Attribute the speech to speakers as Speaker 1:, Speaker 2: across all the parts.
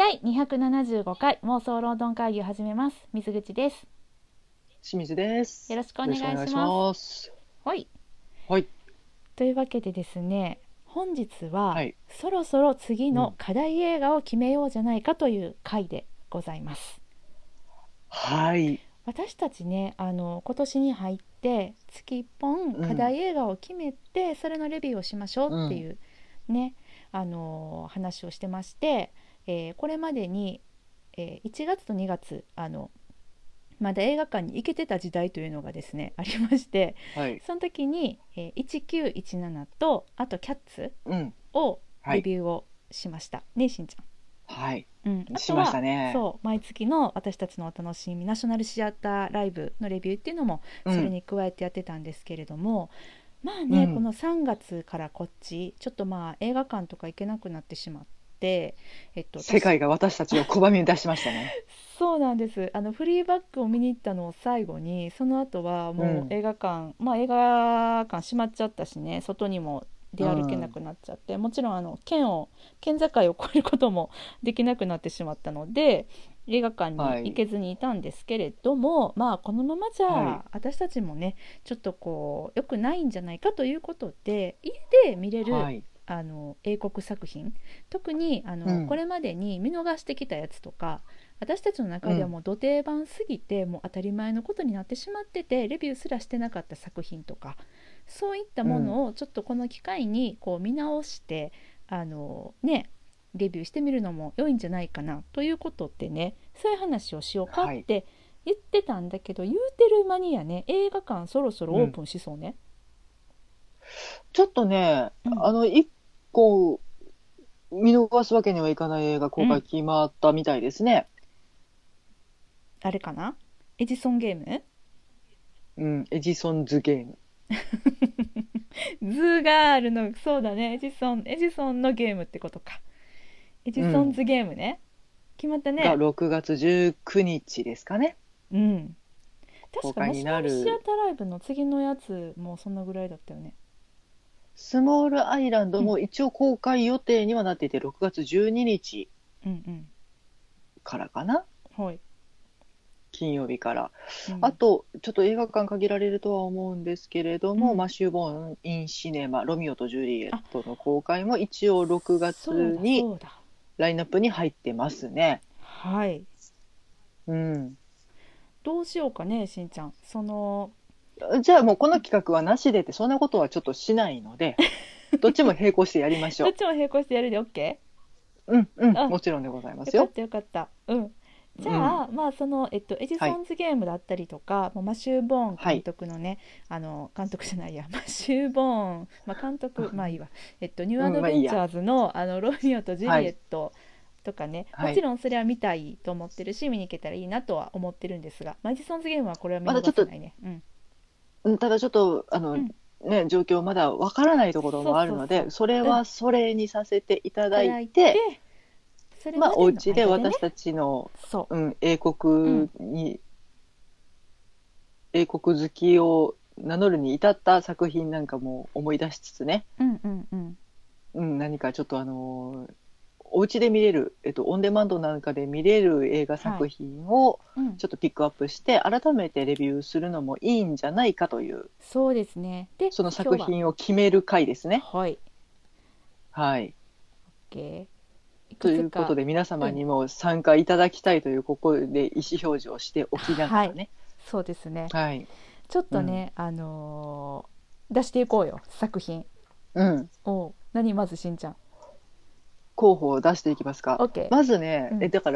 Speaker 1: 第275回妄想ロンドン会議を始めます。水口です。
Speaker 2: 清水です。
Speaker 1: よろしくお願いし
Speaker 2: よろしくお願いし
Speaker 1: ます。
Speaker 2: ます。
Speaker 1: はい。
Speaker 2: はい。
Speaker 1: というわけでですね、本日は
Speaker 2: はい。
Speaker 1: そろそろ次
Speaker 2: うん。
Speaker 1: の課題映画を決めようじゃないかという回でございます。
Speaker 2: はい。
Speaker 1: 私たちね、今年に入って月1本課
Speaker 2: うん。
Speaker 1: 題映画を決めて、それのレビューをしましょう
Speaker 2: うん。
Speaker 1: っていうね、話をしてまして、これまでに、1月と2月まだ映画館に行けてた時代というのがですねありまして、
Speaker 2: はい。
Speaker 1: その時に、1917とあとキャッツ
Speaker 2: うん。
Speaker 1: を
Speaker 2: はい。
Speaker 1: レビューをしましたね、しんち
Speaker 2: はい。
Speaker 1: ゃん。あ
Speaker 2: しまし
Speaker 1: とは
Speaker 2: たね。
Speaker 1: そう毎月の私たちのお楽しみナショナルシアターライブのレビューっていうのもそれ
Speaker 2: うん。
Speaker 1: に加えてやってたんですけれども、まあね、こ
Speaker 2: うん。
Speaker 1: の3月からこっちちょっと映画館とか行けなくなってしまって、私
Speaker 2: 世界が私たちを拒み出しましたね。
Speaker 1: そうなんです。フリーバックを見に行ったのを最後に、その後はもう
Speaker 2: うん。
Speaker 1: 映画館、映画館閉まっちゃったしね、外にも出
Speaker 2: う
Speaker 1: 歩けな
Speaker 2: ん。
Speaker 1: くなっちゃって、もちろん県境を越えることもできなくなってしまったので、映画館に
Speaker 2: はい。
Speaker 1: 行けずにいたんですけれども、このままじ
Speaker 2: はい。
Speaker 1: ゃ私たちもね、ちょっとこう良くないんじゃないかということで、家で見れる
Speaker 2: はい。
Speaker 1: 英国作品、特にこ
Speaker 2: うん。
Speaker 1: れまでに見逃してきたやつとか、私たちの中では
Speaker 2: うん。
Speaker 1: もうど定番すぎてもう当たり前のことになってしまってて、レビューすらしてなかった作品とか、そういったも
Speaker 2: うん。
Speaker 1: のをちょっとこの機会にこう見直して、ね、レビューしてみるのも良いんじゃないかなということでね、そういう話をしようかっ
Speaker 2: はい。
Speaker 1: て言ってたんだけど、言うてる間にやね、映画館そろそろ
Speaker 2: うん。
Speaker 1: オープンしそうね。
Speaker 2: ちょっとね、
Speaker 1: うん、
Speaker 2: 一個見逃すわけにはいかない映画公開
Speaker 1: うん、
Speaker 2: 決まったみたいですね。
Speaker 1: あれかな、エジソンゲーム
Speaker 2: うん。エジソンズゲーム
Speaker 1: ズがあるの、そうだね、エジソンのゲームってことか。エジ
Speaker 2: うん。
Speaker 1: ソンズゲームね。決まった
Speaker 2: が
Speaker 1: ね。
Speaker 2: 6月19日ですかね。
Speaker 1: うん。確かナ
Speaker 2: 公開に
Speaker 1: ショナルシア
Speaker 2: なる。
Speaker 1: ターライブの次のやつもそんなぐらいだったよね。
Speaker 2: スモールアイランド
Speaker 1: うん、
Speaker 2: も一応公開予定にはなっていて、6月12日
Speaker 1: うん、
Speaker 2: からかな、
Speaker 1: うん。はい。
Speaker 2: 金曜日から。
Speaker 1: うん、
Speaker 2: あと、ちょっと映画館限られるとは思うんですけれども、
Speaker 1: うん。
Speaker 2: マシュー・ボーン・イン・シネマ、ロミオとジュリエッ
Speaker 1: あ、
Speaker 2: トの公開も一応6
Speaker 1: そうだ
Speaker 2: 月に
Speaker 1: そうだ。
Speaker 2: ラインナップに入ってますね。
Speaker 1: はい。
Speaker 2: うん。
Speaker 1: どうしようかね、しんちゃん。
Speaker 2: じゃあもうこの企画はなしでって、そんなことはちょっとしないので、どっちも並行してやりましょ
Speaker 1: どっちも並行してやるで OK？
Speaker 2: う。うんうん、
Speaker 1: あ、
Speaker 2: もちろんでございますよ。
Speaker 1: よかったよかった。うん。じ
Speaker 2: うん。
Speaker 1: ゃあ、エジ
Speaker 2: はい。
Speaker 1: ソンズゲームだったりとか、もうマシュー・ボーン監
Speaker 2: はい。
Speaker 1: 督のね、監督じゃないや、マシュー・ボーン、監督、まあいいわ、ニュー
Speaker 2: うん、
Speaker 1: アドベンチ
Speaker 2: まあいいや。
Speaker 1: ャーズの、ロミオとジュリエッ
Speaker 2: はい。
Speaker 1: トとかね、も
Speaker 2: はい。
Speaker 1: ちろんそれは見たいと思ってるし、見に行けたらいいなとは思ってるんですが、エジソンズゲームはこれは見
Speaker 2: まだちょっと
Speaker 1: 逃せないね。うん。
Speaker 2: ただちょっと
Speaker 1: うん。
Speaker 2: ね、状況まだわからないところ
Speaker 1: そう
Speaker 2: もあるので、
Speaker 1: そうそ
Speaker 2: それ
Speaker 1: う。うん。い
Speaker 2: はそれにさせていただい
Speaker 1: ただいて、
Speaker 2: て、
Speaker 1: それ
Speaker 2: まあ
Speaker 1: までの
Speaker 2: お家で
Speaker 1: 間でね、
Speaker 2: 私たちの、
Speaker 1: そ
Speaker 2: 英
Speaker 1: う。うん。
Speaker 2: 国に英国好きを名乗るに至った作品なんかも思い出しつつね、
Speaker 1: うんうんうん。
Speaker 2: 何かちょっとお家で見れる、オンデマンドなんかで見れる映画作
Speaker 1: はい。
Speaker 2: 品を
Speaker 1: うん。
Speaker 2: ちょっとピックアップして改めてレビューするのもいいんじゃないかという、
Speaker 1: そうですね。で、
Speaker 2: その
Speaker 1: 今日は、
Speaker 2: 作品を決める回ですね。
Speaker 1: はい。
Speaker 2: はい。
Speaker 1: OK。いく
Speaker 2: と
Speaker 1: つか、
Speaker 2: いうことで皆
Speaker 1: うん。
Speaker 2: 様にも参加いただきたいというここで意思表示をしておきなが
Speaker 1: はい。
Speaker 2: らね。
Speaker 1: そうですね。
Speaker 2: はい。
Speaker 1: ちょっ
Speaker 2: うん。
Speaker 1: とね、出していこうよ、作品
Speaker 2: うん。
Speaker 1: を。何、まずしんちゃん。
Speaker 2: 候補を出していきますか。
Speaker 1: OK。
Speaker 2: まずね、
Speaker 1: うん。
Speaker 2: だから、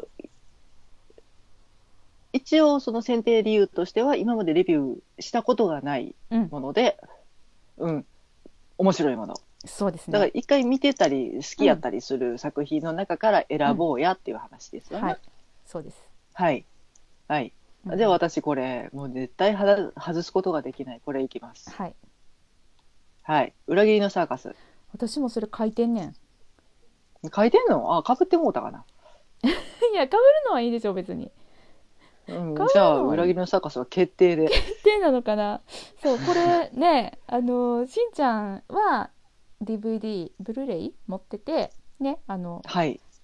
Speaker 2: 一応その選定理由としては今までレビューしたことがない
Speaker 1: うん。
Speaker 2: もので、うん、面白いもの。
Speaker 1: そうですね。
Speaker 2: だから一回見てたり好
Speaker 1: うん。
Speaker 2: きやったりする作品の中から
Speaker 1: うん。
Speaker 2: 選ぼうやっていう話ですわな。
Speaker 1: はい。そうです。
Speaker 2: はい。はい。
Speaker 1: うんうん。
Speaker 2: では私これ、もう絶対外すことができない。これいきます。
Speaker 1: はい。
Speaker 2: はい。裏切りのサーカス。
Speaker 1: 私もそれ書いてんねん。
Speaker 2: 書いてんの？あ、かぶってもうたかな。
Speaker 1: いや、被るのはいいでしょ、別に。被
Speaker 2: うん。じゃあ、
Speaker 1: るのはいい。
Speaker 2: 裏切りのサーカスは決定で。
Speaker 1: 手なのかな。そう、これね、しんちゃんは DVD、ブルーレイ持ってて、ね、
Speaker 2: はい。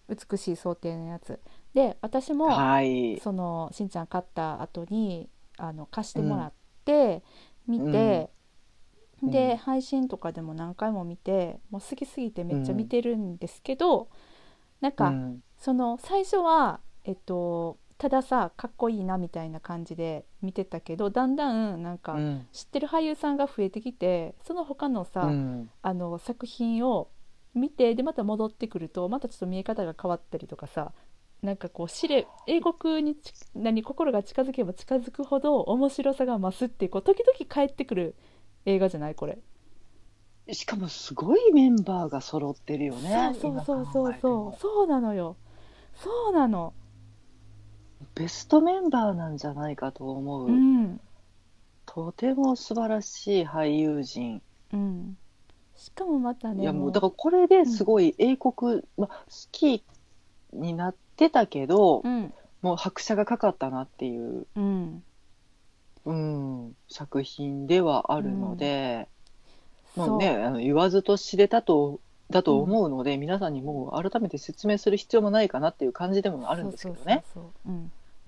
Speaker 1: 美しい想定のやつで、私も
Speaker 2: はい。
Speaker 1: そのしんちゃん買った後に貸して
Speaker 2: うん。
Speaker 1: もらって見
Speaker 2: うん。
Speaker 1: て、で
Speaker 2: うん。
Speaker 1: 配信とかでも何回も見て、もう好きすぎてめっちゃ見
Speaker 2: うん。
Speaker 1: てるんですけど、なんか
Speaker 2: うん。
Speaker 1: その最初はたださかっこいいなみたいな感じで見てたけど、だんだんなんか
Speaker 2: うん。
Speaker 1: 知ってる俳優さんが増えてきて、その他のさ
Speaker 2: うん。
Speaker 1: 作品を見て、でまた戻ってくるとまたちょっと見え方が変わったりとかさ、なんかこう英国に心が近づけば近づくほど面白さが増すっていう、こう時々帰ってくる映画じゃないこれ。
Speaker 2: しかもすごいメンバーが揃ってるよ
Speaker 1: そう
Speaker 2: ね、今考
Speaker 1: そうそうそう
Speaker 2: えても。
Speaker 1: そうなのよ。そうなの。
Speaker 2: ベストメンバーなんじゃないかと思う。
Speaker 1: うん。
Speaker 2: とても素晴らしい俳優陣。
Speaker 1: うん、しかもまた
Speaker 2: いやもうだ
Speaker 1: ねも
Speaker 2: からこれで
Speaker 1: う、
Speaker 2: すごい英国、好きになってたけど、
Speaker 1: うん
Speaker 2: もう拍車がかかったなっていう、
Speaker 1: うん
Speaker 2: うん、作品ではあるの
Speaker 1: うん、
Speaker 2: で、もうね、
Speaker 1: そ
Speaker 2: 言わずと知れたとだ
Speaker 1: う、う
Speaker 2: と
Speaker 1: ん、
Speaker 2: 思うので、皆さんにもう改めて説明する必要もないかなっていう感じでもあるん
Speaker 1: そうそう
Speaker 2: ですけどね。
Speaker 1: そうそう、うん、
Speaker 2: うん。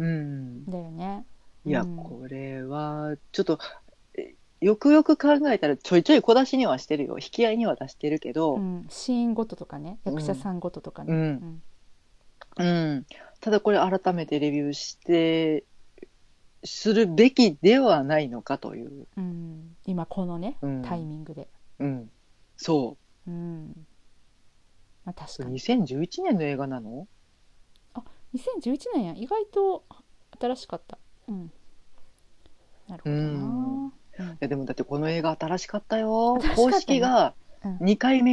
Speaker 1: だよね。
Speaker 2: いや、
Speaker 1: うん、
Speaker 2: これはちょっとよくよく考えたらちょいちょい小出しにはしてるよ。引き合いには出してるけど、
Speaker 1: うん、シーンごととかね、役者
Speaker 2: うん、
Speaker 1: さんごととかね、
Speaker 2: うん、
Speaker 1: うん、
Speaker 2: うん。ただこれ改めてレビューしてするべきではないのかという。
Speaker 1: うん、今このねタイ
Speaker 2: うん、
Speaker 1: ミングで、
Speaker 2: うん。そ
Speaker 1: うん、まあ確
Speaker 2: う。
Speaker 1: かに。
Speaker 2: 2011年の映画なの？
Speaker 1: あ、2011年や、意外と新しかった。うん、なる
Speaker 2: う
Speaker 1: ほど
Speaker 2: ん。い
Speaker 1: な。うん、
Speaker 2: やでもだってこの映画新しかったよ。
Speaker 1: 新し
Speaker 2: 公
Speaker 1: かったね。
Speaker 2: 式が
Speaker 1: うん、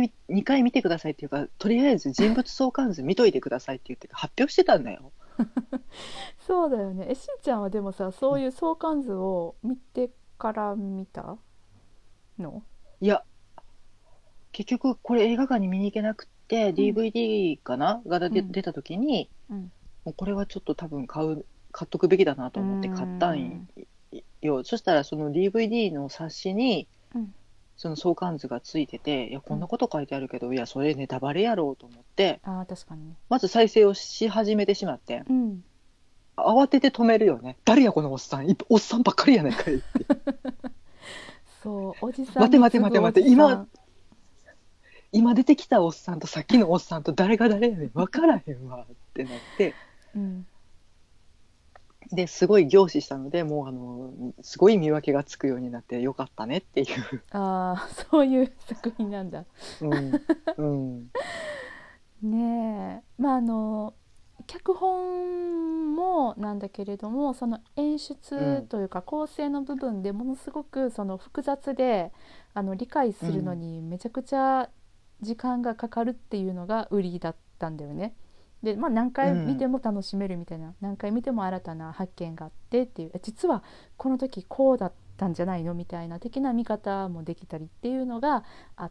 Speaker 2: 2回見てくださいっていうか、とりあえず人物相関図見といてくださいって言って発表してたんだよ。
Speaker 1: そうだよね。しんちゃんはでもさ、そういう相関図を見てから見たの？
Speaker 2: いや、結局これ映画館に見に行けなくて
Speaker 1: うん
Speaker 2: DVD かなが
Speaker 1: うん
Speaker 2: 出た時に、
Speaker 1: うん
Speaker 2: もうこれはちょっと多分買っとくべきだな
Speaker 1: うー
Speaker 2: と思って買ったん
Speaker 1: ん
Speaker 2: よ。そしたらその DVD の冊子に
Speaker 1: うん
Speaker 2: その相関図がついてて、いや
Speaker 1: うん。
Speaker 2: こんなこと書いてあるけど、いやそれネタバレやろうと思って、
Speaker 1: ああ、確かにね。
Speaker 2: まず再生をし始めてしまって、
Speaker 1: うん。
Speaker 2: 慌てて止めるよね。誰やこのおっさん、おっさんばっかりやないかいって。
Speaker 1: そう、おじさん
Speaker 2: 待て待て
Speaker 1: に次ぐお
Speaker 2: 待て待て、
Speaker 1: じさん。
Speaker 2: 今出てきたおっさんとさっきのおっさんと誰が誰やねん分からへんわってなって、
Speaker 1: うん。
Speaker 2: ですごい凝視したので、もうすごい見分けがつくようになってよかったねっていう。
Speaker 1: ああ、そういう作品なんだ。
Speaker 2: うんうん
Speaker 1: ねえ、まあ脚本もなんだけれども、その演出
Speaker 2: うん
Speaker 1: というか構成の部分でものすごくその複雑で、理解するの
Speaker 2: うん
Speaker 1: にめちゃくちゃ時間がかかるっていうのが売りだったんだよね。で、まあ、何回見て
Speaker 2: うん
Speaker 1: も楽しめるみたいな、何回見ても新たな発見があってっていう、実はこの時こうだったんじゃないのみたいな的な見方もできたりっていうのがあって、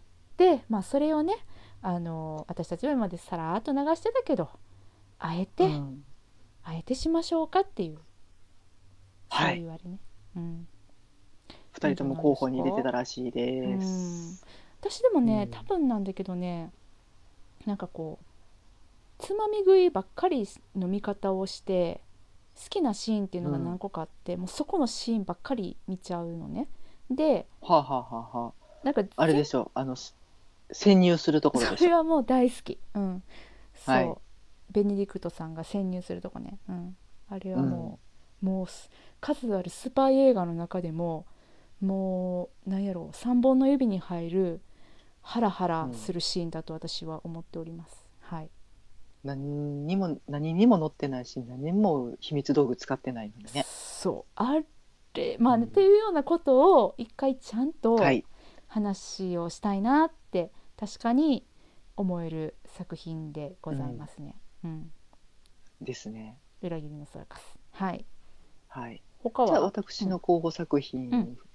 Speaker 1: まあ、それをね私たちは今までさらっと流してたけど、あえて
Speaker 2: うん
Speaker 1: あえてしましょうかっていう、そう
Speaker 2: はい。
Speaker 1: いうあれね。うん、い
Speaker 2: 2人と
Speaker 1: いんじゃないで
Speaker 2: も候補に入れて
Speaker 1: すか。
Speaker 2: たらしい
Speaker 1: う
Speaker 2: で
Speaker 1: ん、
Speaker 2: す。
Speaker 1: 私でもね多
Speaker 2: うん
Speaker 1: 分なんだけどね、なんかこうつまみ食いばっかりの見方をして好きなシーンっていうのが何
Speaker 2: うん
Speaker 1: 個かあって、もうそこのシーンばっかり見ちゃうのね。で、
Speaker 2: はあ、はあはあはあ、
Speaker 1: なんか
Speaker 2: あれでしょう、潜入するところでしょ。
Speaker 1: それはもう大好き。うん、
Speaker 2: はい。
Speaker 1: そうベネディクトさんが潜入するとこね。うん、あれは
Speaker 2: うん
Speaker 1: もう数あるスパイ映画の中でももうなんやろう3本の指に入るハラハラす
Speaker 2: うん、
Speaker 1: るシーンだと私は思っております。はい。
Speaker 2: 何にも載ってないし、何にも秘密道具使ってないのにね。
Speaker 1: そうあれ、まあ、って
Speaker 2: うん、
Speaker 1: いうようなことを一回ちゃんと
Speaker 2: はい
Speaker 1: 話をしたいなって確かに思える作品でございま
Speaker 2: うん
Speaker 1: すね。うん、
Speaker 2: ですね。
Speaker 1: 裏切りのサーカス。はい。
Speaker 2: はい。じゃあ
Speaker 1: 他は？う
Speaker 2: 私の
Speaker 1: ん
Speaker 2: 候補作
Speaker 1: うん
Speaker 2: 品、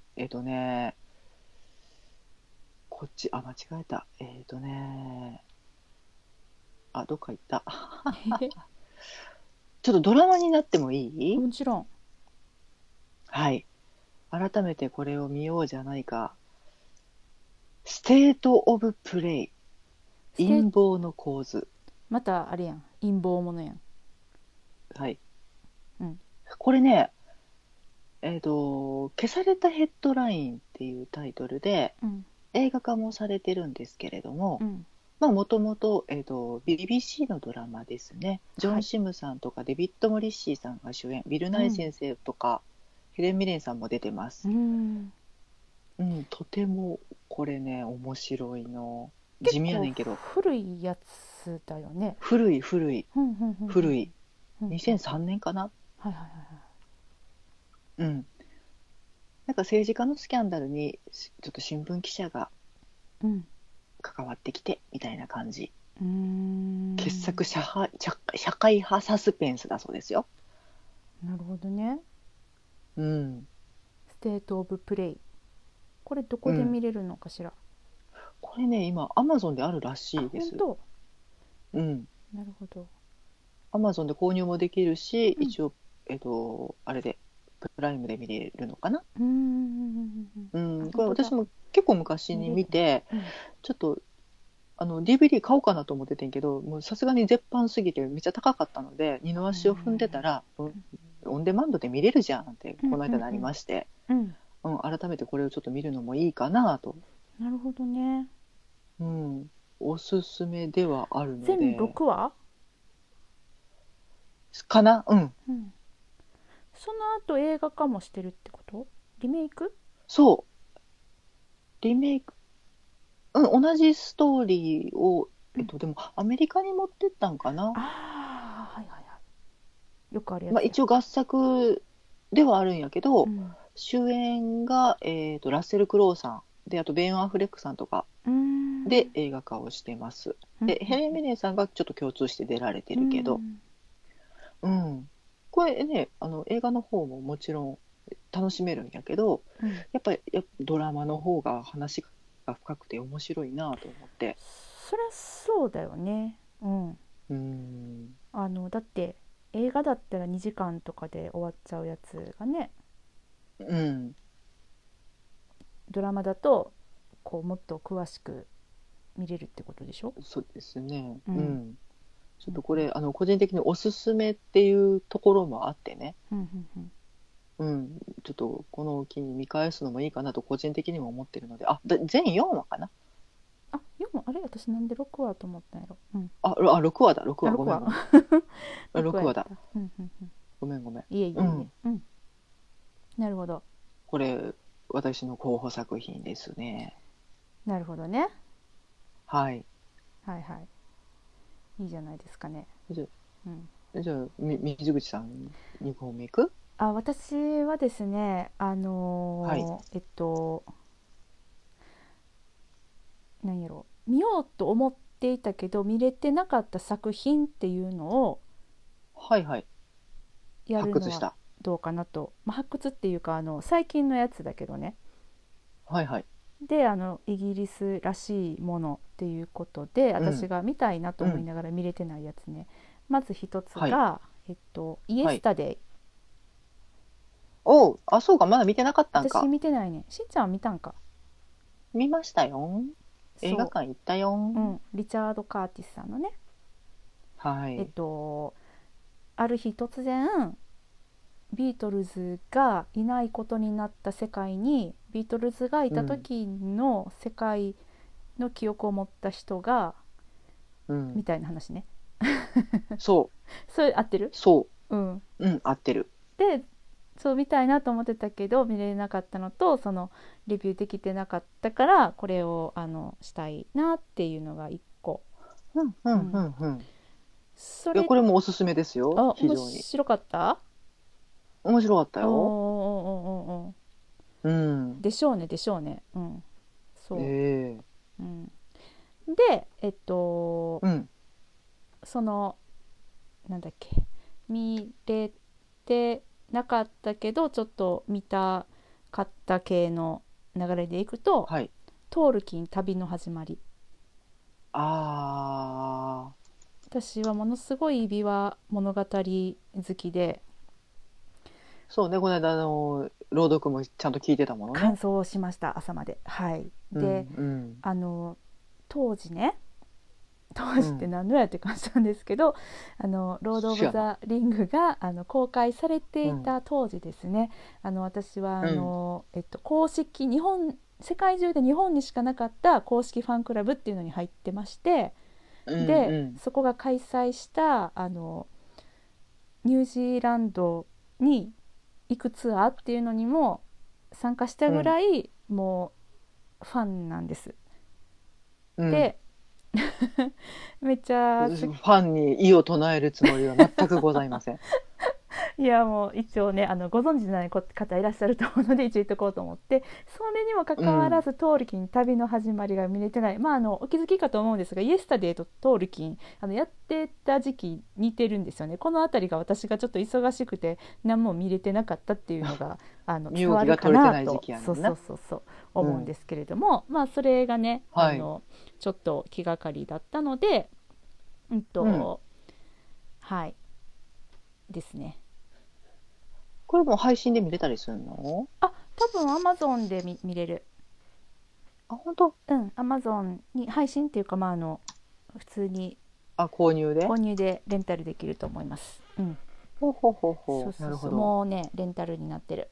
Speaker 2: こっち、間違えた。どっか行った。ちょっとドラマになってもいい？
Speaker 1: もちろん。
Speaker 2: はい。改めてこれを見ようじゃないか。ステート・オブ・プレイ。
Speaker 1: ステ
Speaker 2: 陰謀の構図。
Speaker 1: またあれやん、 陰謀ものやん。
Speaker 2: はい。
Speaker 1: うん。
Speaker 2: これね、消されたヘッドラインっていうタイトルで
Speaker 1: うん。
Speaker 2: 映画化もされてるんですけれども、
Speaker 1: うん。
Speaker 2: まあもともと、BBC のドラマですね。ジョン・
Speaker 1: はい。
Speaker 2: シムさんとかデビッド・モリッシーさんが主演、ビル・ナイ
Speaker 1: うん。
Speaker 2: 先生とかヘレン・ミレンさんも出てま
Speaker 1: う
Speaker 2: す。
Speaker 1: ん。
Speaker 2: うん、とてもこれね、面白いの。地味や
Speaker 1: 結構
Speaker 2: ねんけど、
Speaker 1: 古いやつだよね。
Speaker 2: 古い古い
Speaker 1: うんうんうんうん
Speaker 2: 古い。
Speaker 1: うんうん。
Speaker 2: 2003年かな。
Speaker 1: はいはいはいはい。
Speaker 2: うん。なんか政治家のスキャンダルにちょっと新聞記者が
Speaker 1: うん。
Speaker 2: 関わってきてみたいな感じ。
Speaker 1: うーん。
Speaker 2: 傑作社会派サスペンスだそうですよ。
Speaker 1: なるほどね。
Speaker 2: うん。
Speaker 1: ステートオブプレイ。これど
Speaker 2: うん。
Speaker 1: こで見れるのかしら。
Speaker 2: これね、今、アマゾンであるらし
Speaker 1: あ、
Speaker 2: いです。
Speaker 1: 本当。
Speaker 2: うん。
Speaker 1: なるほど。
Speaker 2: アマゾンで購入もできるし、
Speaker 1: うん。
Speaker 2: 一応、あれで、プライムで見れるのかな。
Speaker 1: うーん。
Speaker 2: う
Speaker 1: あ、
Speaker 2: ん。こ
Speaker 1: 本当だ。
Speaker 2: れ私も結構昔に
Speaker 1: 見れるね。
Speaker 2: 見て、
Speaker 1: うん。
Speaker 2: ちょっと、DVD 買おうかなと思っててんけど、もうさすがに絶版すぎてめっちゃ高かったので、二の
Speaker 1: へ
Speaker 2: 足を踏んでた
Speaker 1: え。
Speaker 2: ら、オンデマンドで見れるじゃんって
Speaker 1: うん
Speaker 2: この間なり
Speaker 1: うんうん
Speaker 2: まして、
Speaker 1: うん。
Speaker 2: うん、改めてこれをちょっと見るのもいいかなと、
Speaker 1: なるほどね。
Speaker 2: うん、おすすめではあるの
Speaker 1: 全
Speaker 2: で、
Speaker 1: 6話。
Speaker 2: かな、うん、
Speaker 1: うん。その後映画化もしてるってこと？リメイク？
Speaker 2: そう、リメイク、うん、同じストーリーを、
Speaker 1: うん。
Speaker 2: でもアメリカに持ってったんかな。
Speaker 1: ああ、はいはいはい。よくあるや
Speaker 2: まあ、
Speaker 1: つや。
Speaker 2: 一応合作ではあるんやけど、
Speaker 1: うん。
Speaker 2: 主演が、ラッセル・クロウさんで、あとベン・アフレックさんとか
Speaker 1: うーん。
Speaker 2: で映画化をしてます。
Speaker 1: うん
Speaker 2: で、ヘレン・ミレンさんがちょっと共通して出られて
Speaker 1: うんう
Speaker 2: るけど、
Speaker 1: ん。
Speaker 2: うん、これね、映画の方ももちろん楽しめるんやけど、
Speaker 1: うん。
Speaker 2: やっぱドラマの方が話が深くて面白いなと思って。
Speaker 1: そりゃそうだよね。うん。
Speaker 2: うん、
Speaker 1: だって映画だったら2時間とかで終わっちゃうやつがね、
Speaker 2: うん、
Speaker 1: ドラマだとこうもっと詳しく見れるってことでしょ？
Speaker 2: そうですね。
Speaker 1: うん。
Speaker 2: うん。ちょ
Speaker 1: うん
Speaker 2: っとこれ、個人的におすすめっていうところもあってね、
Speaker 1: うんうんうん。
Speaker 2: うん、ちょっとこの機に見返すのもいいかなと個人的にも思ってるので、全4話かな。
Speaker 1: あ、4話、あれ私なんで6話と思ったんやろ。うん。
Speaker 2: 6話だ、6
Speaker 1: あ、
Speaker 2: 話、ご
Speaker 1: 6話。
Speaker 2: めんごめん。
Speaker 1: 6話
Speaker 2: 6話だ、
Speaker 1: やった。うんうんうん。
Speaker 2: ごめんごめん。
Speaker 1: いえいえいえ。
Speaker 2: うん。
Speaker 1: うん。なるほど。
Speaker 2: これ、私の候補作品ですね。
Speaker 1: なるほどね。
Speaker 2: はい。
Speaker 1: はいはい。いいじゃないですかね。
Speaker 2: じゃ
Speaker 1: うん。
Speaker 2: じゃあ、水口さん、2本目いく。
Speaker 1: あ、私はですね、
Speaker 2: はい。
Speaker 1: なんやろ、見ようと思っていたけど見れてなかった作品っていうのを
Speaker 2: はいはい。
Speaker 1: やるのは
Speaker 2: 発掘した。
Speaker 1: どうかなと、まあ、発掘っていうか最近のやつだけどね。
Speaker 2: はいはい。
Speaker 1: でイギリスらしいものっていうことで
Speaker 2: うん。
Speaker 1: 私が見たいなと
Speaker 2: うん。
Speaker 1: 思いながら見れてないやつね。まず一つ
Speaker 2: はい。
Speaker 1: が、イエ
Speaker 2: はい。
Speaker 1: スタデイ。
Speaker 2: おう、あ、そうか、まだ見てなかったんか。
Speaker 1: 私見てないね。しんちゃんは見たんか？
Speaker 2: 見ましたよ。映画
Speaker 1: そ
Speaker 2: 館行ったよ。
Speaker 1: う、うん、リチャード・カーティスさんのね。えっ
Speaker 2: はい。
Speaker 1: とある日突然ビートルズがいないことになった世界にビートルズがいた
Speaker 2: うん。
Speaker 1: 時の世界の記憶を持った人が
Speaker 2: うん。
Speaker 1: みたいな話ね。
Speaker 2: そ
Speaker 1: それ合ってる？
Speaker 2: う。そ
Speaker 1: うん。
Speaker 2: う。うん、合ってる。
Speaker 1: で、そう見たいなと思ってたけど見れなかったのと、そのレビューできてなかったからこれをしたいなっていうのが1個。
Speaker 2: うん、うん、う
Speaker 1: うん。
Speaker 2: ん、うん。いや、
Speaker 1: それ、
Speaker 2: これもおすすめですよ。
Speaker 1: あ、面
Speaker 2: 非常に。
Speaker 1: 白かった？
Speaker 2: 面白かった
Speaker 1: おーおー
Speaker 2: よ。
Speaker 1: おーおーおー。
Speaker 2: うん。
Speaker 1: でしょうねでしょうね。うん。そ
Speaker 2: ええ、
Speaker 1: う。うん。で
Speaker 2: うん。
Speaker 1: そのなんだっけ、見れてなかったけどちょっと見たかった系の流れでいくと、
Speaker 2: はい。
Speaker 1: トールキン旅の始まり。
Speaker 2: ああ、
Speaker 1: 私はものすごい指輪物語好きで
Speaker 2: そうね、この間、朗読もちゃんと聞いてたものね。
Speaker 1: 感想をしました朝まで。はい。で、
Speaker 2: うん、うん、
Speaker 1: 当時ね、 当時って何のやって感じなんですけど、ロード・オブ・ザ・リングが公開されていた当時ですね、私は公式世界中で日本にしかなかった公式ファンクラブっていうのに入ってまして、でそこが開催したニュージーランドに行くツアーっていうのにも参加したぐらい、もうファンなんです。でめっちゃ
Speaker 2: ファンに異を唱えるつもりは全くございません。
Speaker 1: いやもう一応ねご存知じゃない方いらっしゃると思うので一応言っとこうと思って、それにもかかわらず、トールキン旅の始まりが見れてない。お気づきかと思うんですが、イエスタデーとトールキンやってた時期似てるんですよね。この辺りが私がちょっと忙しくて何も見れてなかったっていうのが伝わるかなとそう思うんですけれども、それがね、ちょっと気がかりだったのではいですね。
Speaker 2: これも配信で見れたりするの？
Speaker 1: 多分 Amazon で見れる。
Speaker 2: 本当？
Speaker 1: Amazon に配信っていうか普通に
Speaker 2: 購入
Speaker 1: でレンタルできると思います。
Speaker 2: ほうなるほど。
Speaker 1: もうねレンタルになってる。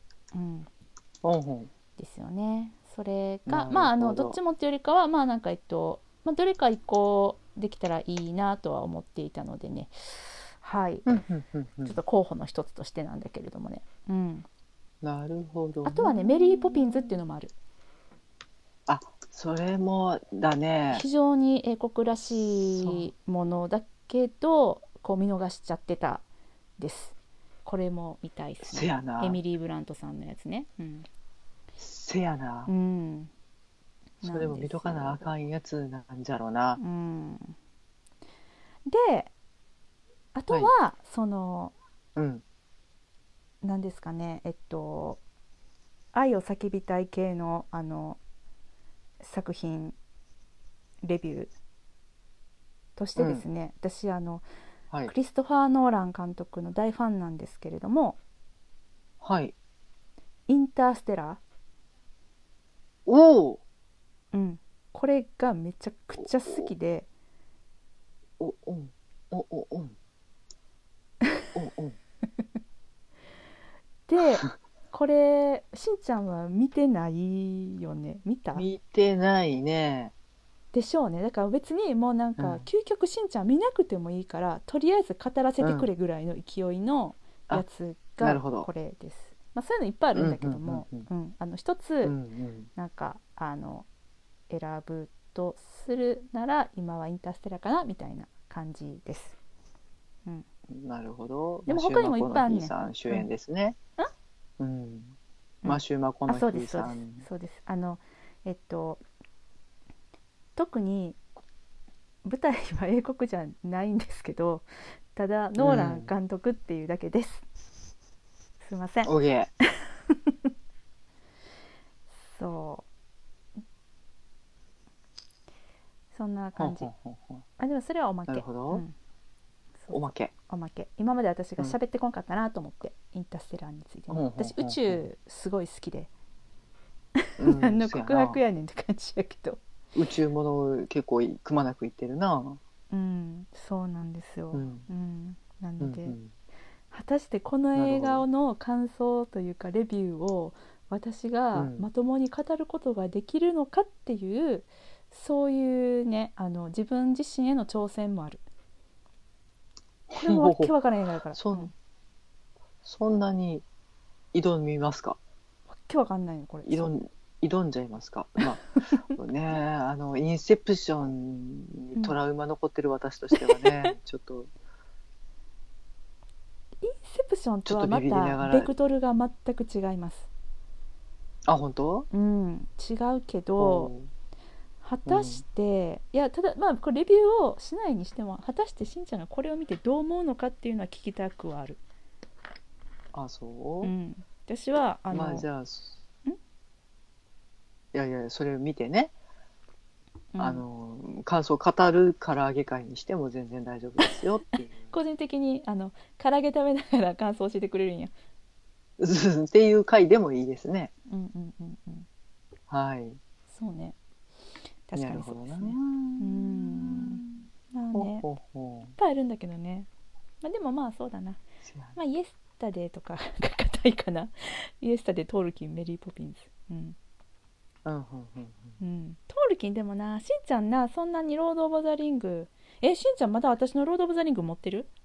Speaker 1: ですよね。それがどっちもっていうよりかはどれか一個できたらいいなとは思っていたのでね。はい、ちょっと候補の一つとしてなんだけれどもね。
Speaker 2: なるほど、ね。
Speaker 1: あとはねメリー・ポピンズっていうのもある。
Speaker 2: それもだね。
Speaker 1: 非常に英国らしいものだけど見逃しちゃってたです。これも見たいですね。
Speaker 2: せやな。
Speaker 1: エミリー・ブラントさんのやつね。
Speaker 2: せやな。それも見とかなあかんやつなんじゃろうな。
Speaker 1: であとは、何ですかね愛を叫びたい系の作品レビューとしてですね、私クリストファー・ノーラン監督の大ファンなんですけれども、インターステラー、これがめちゃくちゃ好きで、でこれしんちゃんは見てないよね？見
Speaker 2: てないね。
Speaker 1: でしょうね。だから別にもう究極しんちゃん見なくてもいいから、とりあえず語らせてくれぐらいの勢いのやつがこれです。そういうのいっぱいあるんだけども、一つ選ぶとするなら今はインターステラーかなみたいな感じです。
Speaker 2: なるほど。
Speaker 1: でも他にもいっぱいあるね。
Speaker 2: 主演ですね。マシュー・マコノヒーさん。
Speaker 1: そうです。特に舞台は英国じゃないんですけど、ただノーラン監督っていうだけです。すいません。そんな感じ。でもそれはおまけ。なるほど。おまけ。今まで私が喋ってこんかったなと思って、インターステラーについて、私宇宙すごい好きで、何の告白やねんって感じやけど。
Speaker 2: 宇宙もの結構くまなくいってるな。
Speaker 1: そうなんですよ。なので、果たしてこの映画の感想というかレビューを私がまともに語ることができるのかっていう、そういうね自分自身への挑戦もある。これもわけわからん映画だから。
Speaker 2: そんなに挑みますか？
Speaker 1: わけわかんないのこれ。
Speaker 2: 挑んじゃいますか？インセプションにトラウマ残ってる私としてはね、ちょっと
Speaker 1: インセプションとはまたベクトルが全く違います。
Speaker 2: 本当？
Speaker 1: 違うけど、果たして、いやただこれレビューをしないにしても、果たしてしんちゃんがこれを見てどう思うのかっていうのは聞きたくはある。
Speaker 2: そう？
Speaker 1: 私は
Speaker 2: じゃあいやそれを見てね、感想を語る唐揚げ会にしても全然大丈夫ですよっていう
Speaker 1: 個人的に唐揚げ食べながら感想教えてくれるんや
Speaker 2: っていう回でもいいですね。はい。
Speaker 1: そうね。確かにそうですね。
Speaker 2: ほう
Speaker 1: ね、いっ
Speaker 2: ほうほ
Speaker 1: ぱいあるんだけどね。まあ、でもまあそうだな。
Speaker 2: う。
Speaker 1: まあイエスタデーとかが硬いかな。イエスタデー、トールキン、メリーポピンズ。
Speaker 2: うんうんうん
Speaker 1: トールキンでもな、しんちゃんな、そんなにロード・オブ・ザ・リング、しんちゃんまだ私のロード・オブ・ザ・リング持ってる？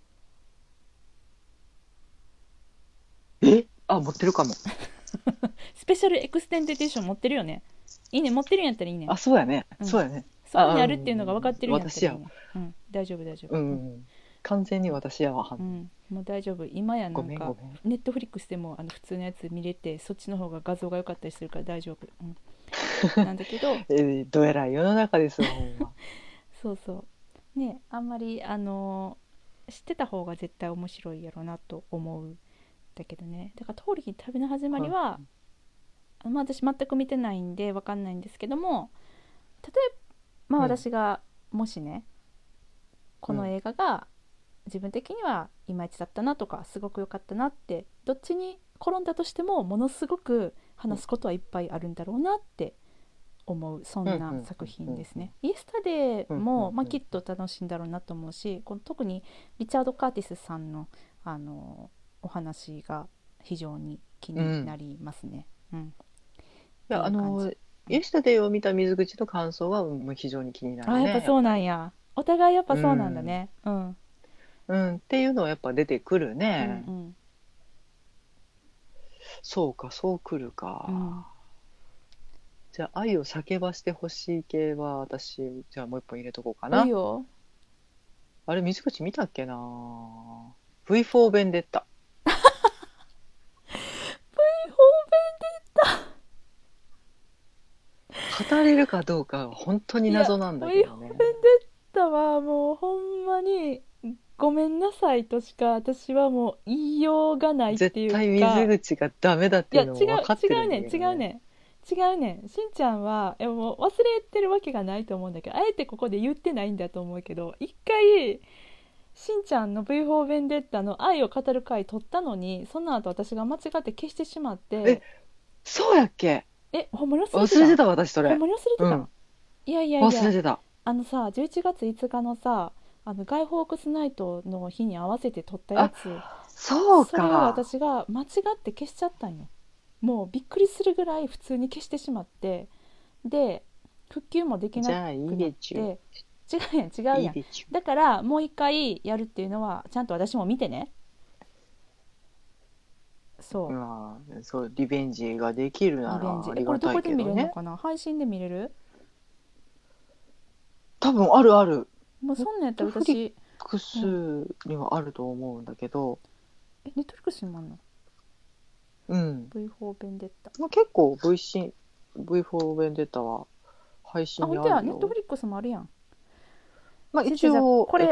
Speaker 2: うん。え、あ、持ってるかも。
Speaker 1: スペシャルエクステンデッドエディション持ってるよね。いいね、持ってるんやったらいいね。
Speaker 2: あ、そうやね。
Speaker 1: うん。
Speaker 2: そうやね。
Speaker 1: そこ
Speaker 2: あ、うん。
Speaker 1: にあるっていうのが分かってるんやった
Speaker 2: 私やわ。
Speaker 1: らいいね。大丈夫大丈夫。
Speaker 2: うん。完全に私やわ。
Speaker 1: もう大丈夫。今やな
Speaker 2: ご
Speaker 1: んか
Speaker 2: めんごめん。
Speaker 1: ネットフリックスでも普通のやつ見れて、そっちの方が画像が良かったりするから大丈夫。なんだけど、
Speaker 2: どうやら世の中ですわ、ほんま。
Speaker 1: そうそうね、あんまり知ってた方が絶対面白いやろうなと思うんだけどね。だから通りに旅の始まりは、まあ私全く見てないんで分かんないんですけども、例えば、
Speaker 2: うん
Speaker 1: 私がもしね、この映画が自分的にはいまいちだったなとかすごく良かったなって、どっちに転んだとしてもものすごく話すことはいっぱいあるんだろうなって思う、そんな作品ですね。イエスタデーも、きっと楽しいんだろうなと思うし、この特にリチャード・カーティスさんの、お話が非常に気になりますね。
Speaker 2: いや、イエスタデイを見た水口の感想はもう非常に気になるね、
Speaker 1: やっぱそうなん
Speaker 2: やっ
Speaker 1: や。お互いやっぱそうなんだね。
Speaker 2: ぱり。っていうのはやっぱ出てくるね。そうか、そうくるか。じゃあ、愛を叫ばしてほしい系は私、じゃあもう一本入れとこうかな。
Speaker 1: いいよ。
Speaker 2: あれ、水口見たっけな。 V4 ベンデッタ。語れるかどうかは本当に謎なんだけどね。
Speaker 1: ベンデッタはもうほんまにごめんなさいとしか私はもう言いようがないっていうか。
Speaker 2: 絶対水口がダメだっていうのも分かってるんだけどね。
Speaker 1: 違うねん。しんちゃんはもう忘れてるわけがないと思うんだけど、あえてここで言ってないんだと思うけど、一回しんちゃんの V4 ベンデッタの愛を語る回撮ったのに、その後私が間違って消してしまって。
Speaker 2: そうやっけ。
Speaker 1: ほんまに忘
Speaker 2: 忘れてた私それ。
Speaker 1: ほんまに忘れてた、いや
Speaker 2: 忘れてた。
Speaker 1: さ、11月5日のさ、ガイ・ホークスナイトの日に合わせて撮ったやつ、
Speaker 2: そうか。
Speaker 1: それを私が間違って消しちゃったんよ。もうびっくりするぐらい普通に消してしまって、で復旧もできなくなって。
Speaker 2: じゃあいいでちゅ。
Speaker 1: 違うやん。だからもう一回やるっていうのはちゃんと私も見てね。そう、
Speaker 2: そうリベンジができるならありがたいけどね。これどこ
Speaker 1: で見れるのかな？配信で見れる？
Speaker 2: 多分あるある。
Speaker 1: もうそんなんやったら私、
Speaker 2: ネットフリックスにはあると思うんだけど。
Speaker 1: ネットフリックスにもあるの？V4 ベンデッタ。
Speaker 2: 結構 V4 ベンデッタは配信にあるよ。
Speaker 1: ネットフリックスもあるやん。
Speaker 2: 一応
Speaker 1: これ、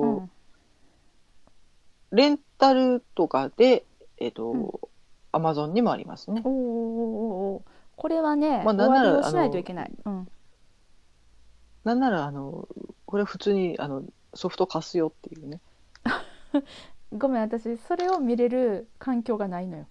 Speaker 2: レンタルとかでAmazon にもありますね。
Speaker 1: これはね、終わりをしないといけない。
Speaker 2: なんならこれ普通にソフト貸すよっていうね。
Speaker 1: ごめん、私それを見れる環境がないのよ。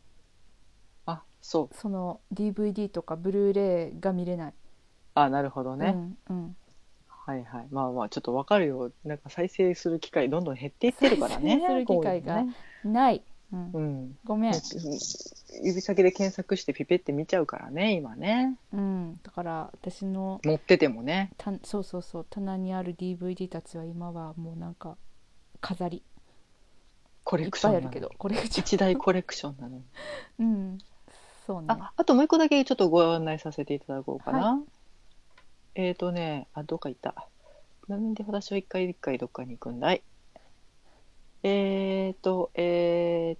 Speaker 2: そ
Speaker 1: の DVD とかブルーレイが見れない。
Speaker 2: なるほどね。はいはい。まあちょっと分かるよ。なんか再生する機会どんどん減っていってるからね。
Speaker 1: 再生する機会がない。ごめん。
Speaker 2: 指先で検索してピペって見ちゃうからね、今ね。
Speaker 1: だから私の
Speaker 2: 持っててもね。
Speaker 1: そう棚にある DVD たちは今はもうなんか飾り。
Speaker 2: コレクションなの。
Speaker 1: いっぱいあるけど、
Speaker 2: 一大コレクションなの。
Speaker 1: そうね。
Speaker 2: あともう一個だけちょっとご案内させていただこうかな。どっか行った。なんで私は一回どっかに行くんだい。オフィ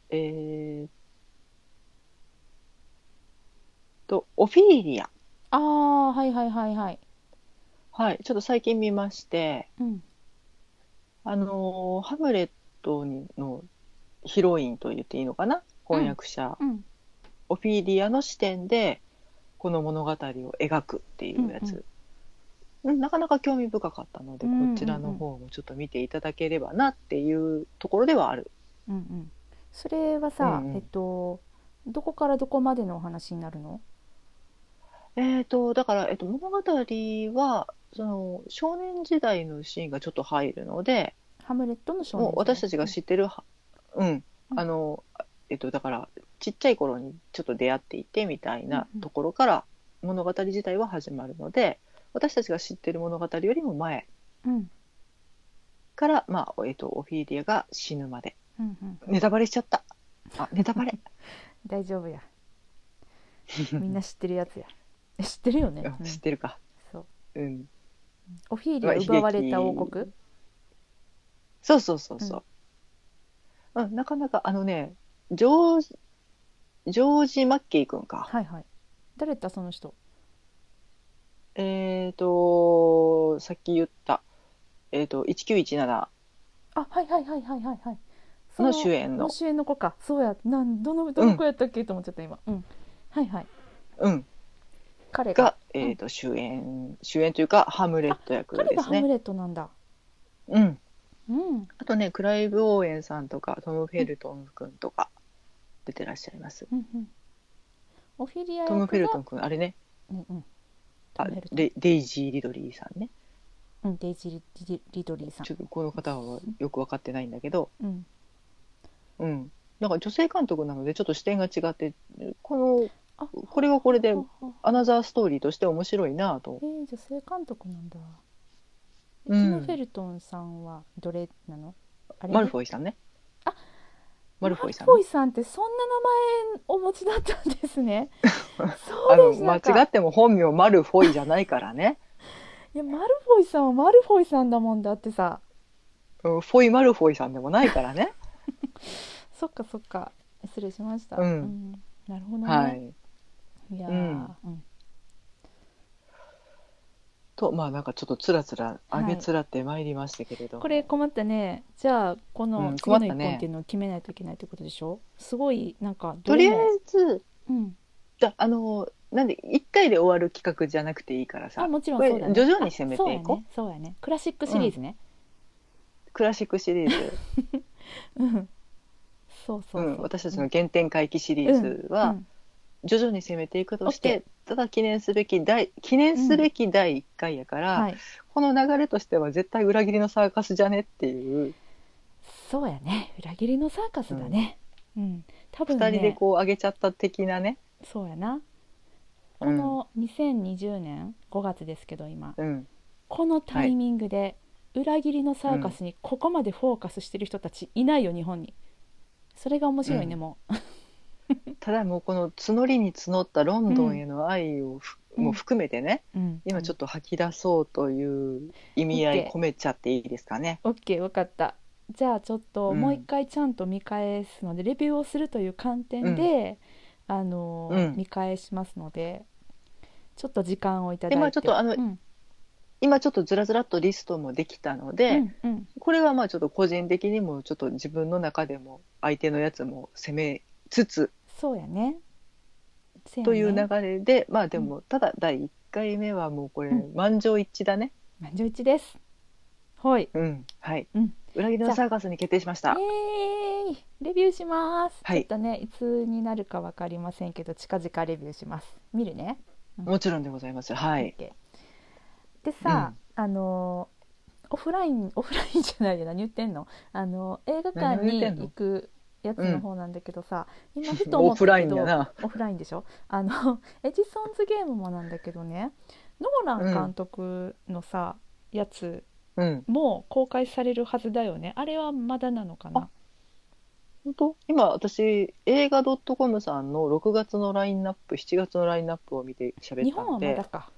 Speaker 2: ーリア。
Speaker 1: はいはい。
Speaker 2: はい、ちょっと最近見まして、ハムレットのヒロインと言っていいのかな、翻訳者、オフィーリアの視点でこの物語を描くっていうやつ、なかなか興味深かったので、こちらの方もちょっと見ていただければなっていうところではある。
Speaker 1: それはさ、どこからどこまでのお話になるの？
Speaker 2: だから、物語はその少年時代のシーンがちょっと入るので、
Speaker 1: ハムレットの少
Speaker 2: もう
Speaker 1: 年時代。
Speaker 2: 私たちが知ってる、だからちっちゃい頃にちょっと出会っていてみたいなところから物語自体は始まるので、私たちが知ってる物語よりも前から、オフィーリアが死ぬまで、ネタバレしちゃった。ネタバレ
Speaker 1: 大丈夫や。みんな知ってるやつや。知ってるよね。
Speaker 2: 知ってるか。
Speaker 1: そう。
Speaker 2: オ
Speaker 1: フィーリア奪われた王国。
Speaker 2: そうそうそうそう。なかなかジョージ・マッケイ君か。
Speaker 1: はいはい。誰だその人。
Speaker 2: さっき言った、1917。
Speaker 1: はいはいはいはいはいはい。
Speaker 2: の主演の
Speaker 1: 子か。そうや。どの子やったっけと思っちゃった今。はいはい。彼が
Speaker 2: 主演というかハムレット役ですね。
Speaker 1: 彼がハムレットなんだ。
Speaker 2: あとね、クライブ・オーエンさんとかトム・フェルトン君とか出てらっしゃいます。
Speaker 1: オフィリア役が
Speaker 2: トム・フェルトン君あれね、デイジー・リドリーさんね。
Speaker 1: デイジー・リドリーさん。
Speaker 2: ちょっとこの方はよく分かってないんだけど、なんか女性監督なのでちょっと視点が違って、これはこれでアナザーストーリーとして面白いなと。
Speaker 1: 女性監督なんだ。トム・フェルトンさんはどれなの？
Speaker 2: マルフォイさんね。
Speaker 1: マルフォイさんってそんな名前お持ちだったんですね。そうです。
Speaker 2: 間違っても本名マルフォイじゃないからね。
Speaker 1: いや、マルフォイさんはマルフォイさんだもんだってさ。
Speaker 2: フォイマルフォイさんでもないからね。
Speaker 1: そっかそっか、失礼しました。なるほどね。
Speaker 2: はい。
Speaker 1: いや
Speaker 2: となんかちょっとつらつらあげつらってまいりましたけれども、
Speaker 1: これ困ったね。じゃあこの次の一本っていうのを決めないといけないってことでしょ。すごいなんか
Speaker 2: とりあえず、なんで1回で終わる企画じゃなくていいからさ、
Speaker 1: もちろんそうだね、
Speaker 2: 徐々に攻めていこう。
Speaker 1: そうやね。クラシックシリーズね。
Speaker 2: クラシックシリーズ。
Speaker 1: そう。
Speaker 2: 私たちの原点回帰シリーズは徐々に攻めていくとして、ただ記念すべき第1回やから、この流れとしては絶対裏切りのサーカスじゃねっていう。
Speaker 1: そうやね、裏切りのサーカスだね。多分ね、
Speaker 2: 2人でこう上げちゃった的なね。
Speaker 1: そうやな。この2020年5月ですけど今、このタイミングで裏切りのサーカスにここまでフォーカスしてる人たちいないよ、日本に。それが面白いね、もう。
Speaker 2: ただもうこの募りに募ったロンドンへの愛をも含めてね、今ちょっと吐き出そうという意味合い込めちゃっていいですかね。
Speaker 1: OK、分かった。じゃあちょっともう一回ちゃんと見返すので、レビューをするという観点で、見返しますので、ちょっと時間をいただいて。
Speaker 2: 今ちょっとずらずらっとリストもできたので、これはちょっと個人的にもちょっと自分の中でも相手のやつも攻めつつ、
Speaker 1: そうやね。
Speaker 2: という流れで、でもただ第1回目はもうこれ満場一致だね。
Speaker 1: 満場一致です。はい。
Speaker 2: はい。裏切りのサーカスに決定しました。
Speaker 1: レビューします。ちょっとね、いつになるか分かりませんけど近々レビューします。見るね。
Speaker 2: もちろんでございます。はい。
Speaker 1: でさ、オフラインじゃないよ、何言ってんの。映画館に行くやつの方なんだけどさ、今ふと思ったけどオフラインでしょ。エジソンズゲームもなんだけどね、ノーラン監督のさ、やつも公開されるはずだよね。あれはまだなのかな。
Speaker 2: 本当？今私映画 .com さんの6月のラインナップ、7月のラインナップを見て喋ったんで、
Speaker 1: 日本はまだか。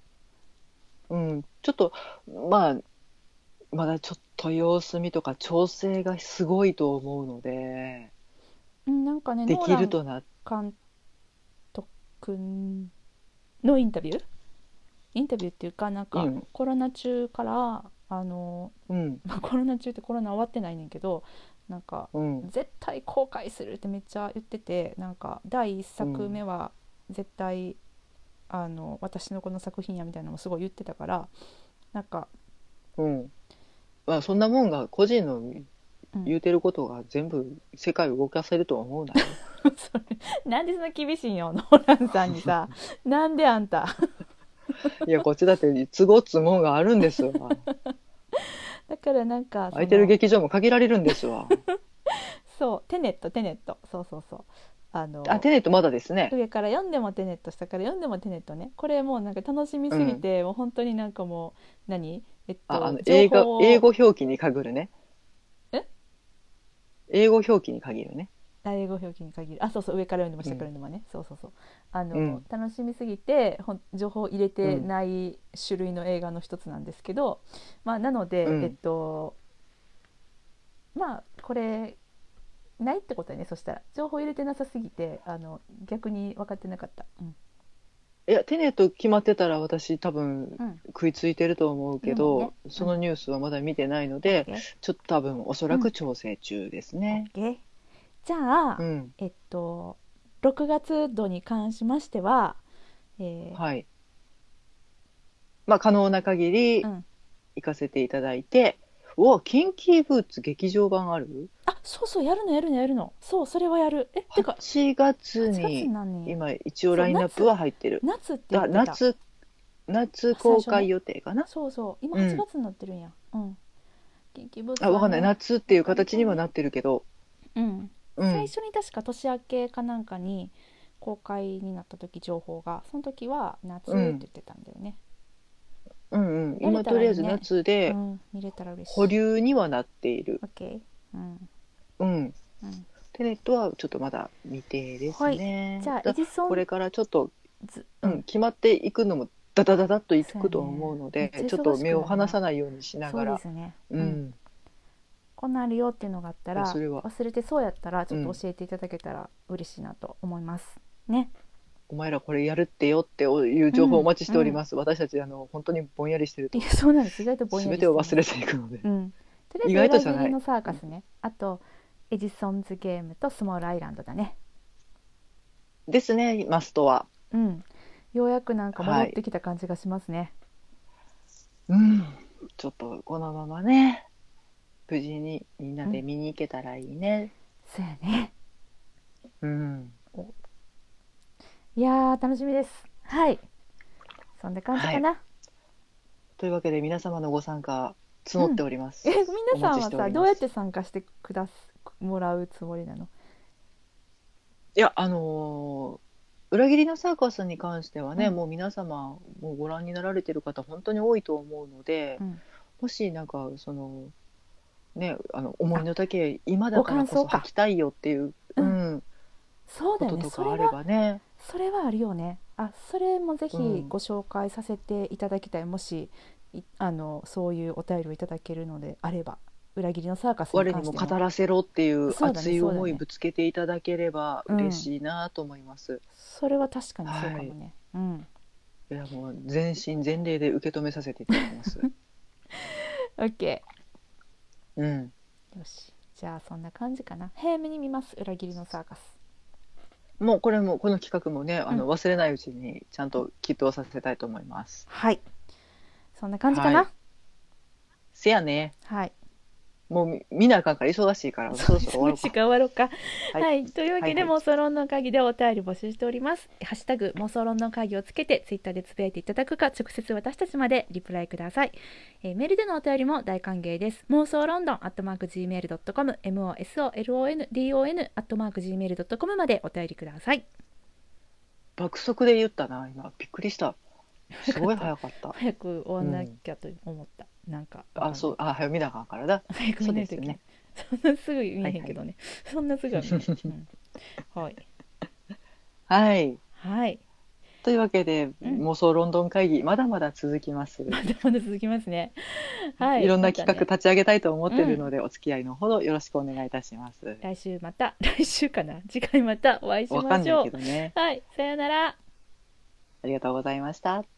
Speaker 2: ちょっとまだちょっと様子見とか調整がすごいと思うので、
Speaker 1: なんかね、
Speaker 2: できるとな
Speaker 1: 監督のインタビューっていうか、なんかコロナ中からコロナ中ってコロナ終わってないねんけど、なんか絶対公開するってめっちゃ言ってて、なんか第1作目は絶対私のこの作品やみたいなのもすごい言ってたから、なんか
Speaker 2: そんなもんが個人の言うてることが全部世界を動かせると思うなよ。
Speaker 1: それなんでそんな厳しいんよ、ノーランさんにさ。なんであんた
Speaker 2: いや、こっちだって都合都合があるんですわ。
Speaker 1: だからなんか
Speaker 2: 空いてる劇場も限られるんですわ。
Speaker 1: そうテネットそうそうそう、
Speaker 2: テネットまだですね。
Speaker 1: 上から読んでもテネット、下から読んでもテネットね。これもうなんか楽しみすぎて、もう本当になんかもう何
Speaker 2: 英語表記に限るね。
Speaker 1: え
Speaker 2: 英語表記に限るね。
Speaker 1: 英語表記に限る。そうそう、上から読んでも下から読んでもね、そうそうそう、楽しみすぎて情報を入れてない種類の映画の一つなんですけど、なので、これないってことはね、そしたら情報入れてなさすぎて逆に分かってなかった、
Speaker 2: いやテネット決まってたら私多分食いついてると思うけど、そのニュースはまだ見てないので、ちょっと多分おそらく調整中ですね。
Speaker 1: じゃあ、6月度に関しましては、
Speaker 2: はい、可能な限り行かせていただいて、キンキーブーツ劇場版ある？
Speaker 1: そうそう、やるの。そう、それはやる。てか
Speaker 2: 8月に今一応ラインナップは入ってる。
Speaker 1: 夏って言ってた。
Speaker 2: 夏公開予定かな。
Speaker 1: そう今8月になってるんや。キンキーブーツ
Speaker 2: わかんない、夏っていう形にはなってるけど、
Speaker 1: 最初に確か年明けかなんかに公開になった時、情報がその時は夏って言ってたんだよね。
Speaker 2: 今とりあえず夏で
Speaker 1: 見れたら嬉しい。
Speaker 2: 保留にはなっている。テネットはちょっとまだ未定ですね。
Speaker 1: じゃあエジソン
Speaker 2: これからちょっと、決まっていくのもダダダダっといくと思うので、ちょっと目を離さないようにしながら、
Speaker 1: こんなんあるよっていうのがあったら、忘れてそうやったらちょっと教えていただけたら嬉しいなと思いますね。
Speaker 2: お前らこれやるってよっていう情報をお待ちしております。私たち本当にぼんやりしてると、
Speaker 1: そうなんです。意外とぼんやりしてる。
Speaker 2: 全てを忘れていくので、
Speaker 1: とりあえず裏切りのサーカスね、あとエジソンズゲームとスモールアイランドだね。
Speaker 2: ですね、マストは。
Speaker 1: ようやくなんか戻ってきた感じがしますね。
Speaker 2: ちょっとこのままね、無事にみんなで見に行けたらいいね。
Speaker 1: そうやね。いや楽しみです。はい、そんな感じかな。
Speaker 2: というわけで皆様のご参加募っております。
Speaker 1: 皆さんはさ、どうやって参加してもらうつもりなの？
Speaker 2: いや、裏切りのサーカスに関してはね、もう皆様もうご覧になられてる方本当に多いと思うので、もしなんかそのね、思いの丈今だからこそ履きたいよっていうこととかあればね、
Speaker 1: それはあるよね。それもぜひご紹介させていただきたい。もしそういうお便りをいただけるのであれば、裏切りのサーカスに関して
Speaker 2: 我にも語らせろっていう熱い思いぶつけていただければ嬉しいなと思います。
Speaker 1: それは確かにそうかもね。
Speaker 2: いやもう全身全霊で受け止めさせていただきます。
Speaker 1: OK。よし、じゃあそんな感じかな。早めに見ます、裏切りのサーカス。
Speaker 2: もうこの企画もね、忘れないうちにちゃんと起動させたいと思います。
Speaker 1: はい、そんな感じかな。
Speaker 2: せやね。
Speaker 1: はい。
Speaker 2: もう見なあかんから忙しいからそろそろ終わろうか。
Speaker 1: はい、というわけで、妄想論の会議でお便り募集しております。ハッシュタグ妄想論の会議をつけてツイッターでつぶやいていただくか、直接私たちまでリプライください。メールでのお便りも大歓迎です。妄想ロンドン@gmail.com、 mosolondon@gmail.com までお便りください。
Speaker 2: 爆速で言ったな、今びっくりした。すごい早かった。
Speaker 1: 早く終わんなきゃと思った。なんか
Speaker 2: 早見なあかんからだ。
Speaker 1: 早く見ないといけない。そんなすぐ見えへんけどね。そんなすぐは見えへん。はい。
Speaker 2: というわけで、妄想ロンドン会議まだまだ続きます。
Speaker 1: まだまだ続きますね。はい。
Speaker 2: いろんな企画立ち上げたいと思っているので、お付き合いのほどよろしくお願いいたします。
Speaker 1: 来週かな。次回またお会いしましょう。
Speaker 2: わかんないけどね。
Speaker 1: はい。さよなら。
Speaker 2: ありがとうございました。